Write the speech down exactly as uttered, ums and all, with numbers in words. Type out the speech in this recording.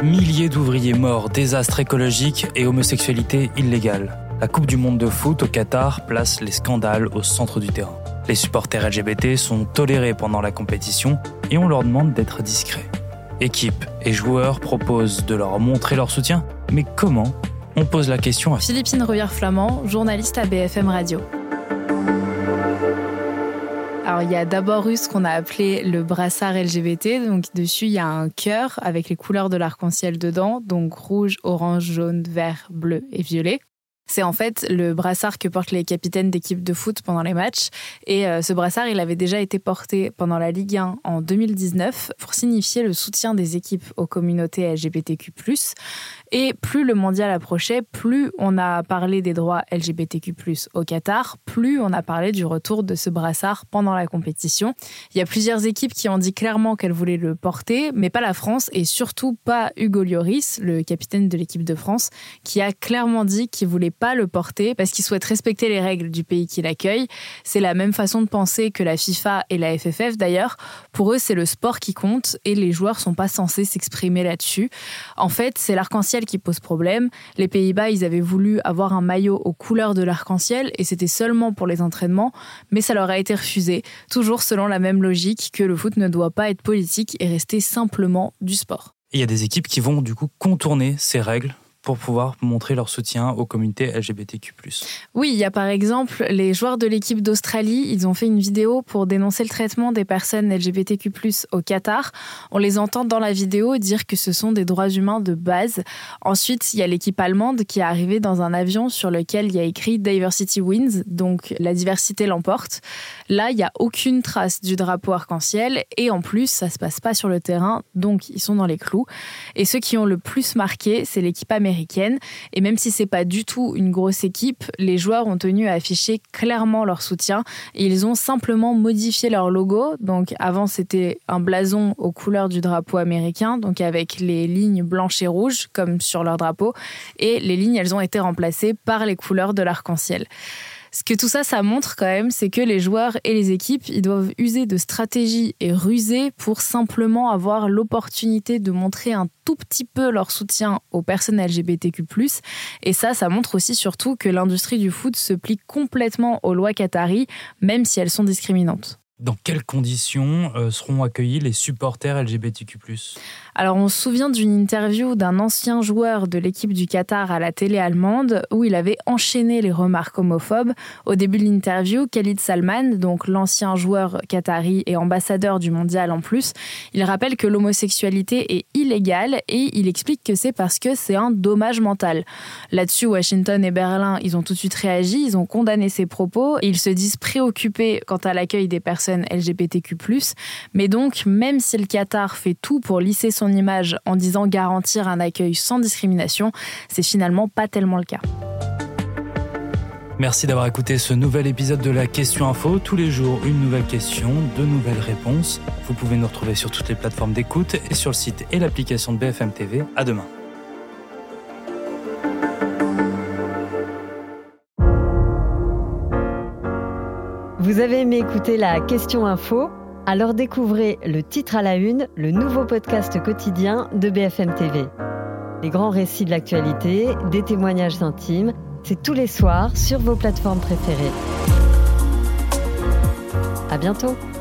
Milliers d'ouvriers morts, désastre écologique et homosexualité illégale. La Coupe du monde de foot au Qatar place les scandales au centre du terrain. Les supporters L G B T sont tolérés pendant la compétition et on leur demande d'être discrets. Équipes et joueurs proposent de leur montrer leur soutien, mais comment ? On pose la question à Philippine Rouvière-Flamand, journaliste à B F M Radio. Alors, il y a d'abord eu ce qu'on a appelé le brassard L G B T. Donc, dessus, il y a un cœur avec les couleurs de l'arc-en-ciel dedans. Donc, rouge, orange, jaune, vert, bleu et violet. C'est en fait le brassard que portent les capitaines d'équipes de foot pendant les matchs. Et euh, ce brassard, il avait déjà été porté pendant la Ligue un en deux mille dix-neuf pour signifier le soutien des équipes aux communautés L G B T Q plus. Et plus le mondial approchait, plus on a parlé des droits L G B T Q plus au Qatar, plus on a parlé du retour de ce brassard pendant la compétition. Il y a plusieurs équipes qui ont dit clairement qu'elles voulaient le porter, mais pas la France et surtout pas Hugo Lloris, le capitaine de l'équipe de France, qui a clairement dit qu'il voulait pas le porter parce qu'il souhaite respecter les règles du pays qui l'accueille. C'est la même façon de penser que la FIFA et la F F F d'ailleurs. Pour eux, c'est le sport qui compte et les joueurs sont pas censés s'exprimer là-dessus. En fait, c'est l'arc-en-ciel qui pose problème. Les Pays-Bas, ils avaient voulu avoir un maillot aux couleurs de l'arc-en-ciel et c'était seulement pour les entraînements, mais ça leur a été refusé, toujours selon la même logique que le foot ne doit pas être politique et rester simplement du sport. Il y a des équipes qui vont du coup contourner ces règles pour pouvoir montrer leur soutien aux communautés L G B T Q plus. Oui, il y a par exemple les joueurs de l'équipe d'Australie, ils ont fait une vidéo pour dénoncer le traitement des personnes L G B T Q plus au Qatar. On les entend dans la vidéo dire que ce sont des droits humains de base. Ensuite, il y a l'équipe allemande qui est arrivée dans un avion sur lequel il y a écrit « Diversity wins », donc la diversité l'emporte. Là, il n'y a aucune trace du drapeau arc-en-ciel et en plus, ça ne se passe pas sur le terrain, donc ils sont dans les clous. Et ceux qui ont le plus marqué, c'est l'équipe américaine. Et même si c'est pas du tout une grosse équipe, les joueurs ont tenu à afficher clairement leur soutien et ils ont simplement modifié leur logo. Donc avant, c'était un blason aux couleurs du drapeau américain, donc avec les lignes blanches et rouges comme sur leur drapeau. Et les lignes, elles ont été remplacées par les couleurs de l'arc-en-ciel. Ce que tout ça, ça montre quand même, c'est que les joueurs et les équipes, ils doivent user de stratégies et ruser pour simplement avoir l'opportunité de montrer un tout petit peu leur soutien aux personnes L G B T Q plus. Et ça, ça montre aussi surtout que l'industrie du foot se plie complètement aux lois qataries, même si elles sont discriminantes. Dans quelles conditions euh, seront accueillis les supporters L G B T Q plus ? Alors, on se souvient d'une interview d'un ancien joueur de l'équipe du Qatar à la télé allemande où il avait enchaîné les remarques homophobes. Au début de l'interview, Khalid Salman, donc l'ancien joueur qatari et ambassadeur du mondial en plus, il rappelle que l'homosexualité est illégale et il explique que c'est parce que c'est un dommage mental. Là-dessus, Washington et Berlin, ils ont tout de suite réagi, ils ont condamné ses propos et ils se disent préoccupés quant à l'accueil des personnes L G B T Q plus. Mais donc, même si le Qatar fait tout pour lisser son image en disant garantir un accueil sans discrimination, c'est finalement pas tellement le cas. Merci d'avoir écouté ce nouvel épisode de la Question Info. Tous les jours, une nouvelle question, de nouvelles réponses. Vous pouvez nous retrouver sur toutes les plateformes d'écoute et sur le site et l'application de B F M T V. À demain. Vous avez aimé écouter la Question Info ? Alors découvrez le titre à la une, le nouveau podcast quotidien de B F M T V. Les grands récits de l'actualité, des témoignages intimes, c'est tous les soirs sur vos plateformes préférées. À bientôt.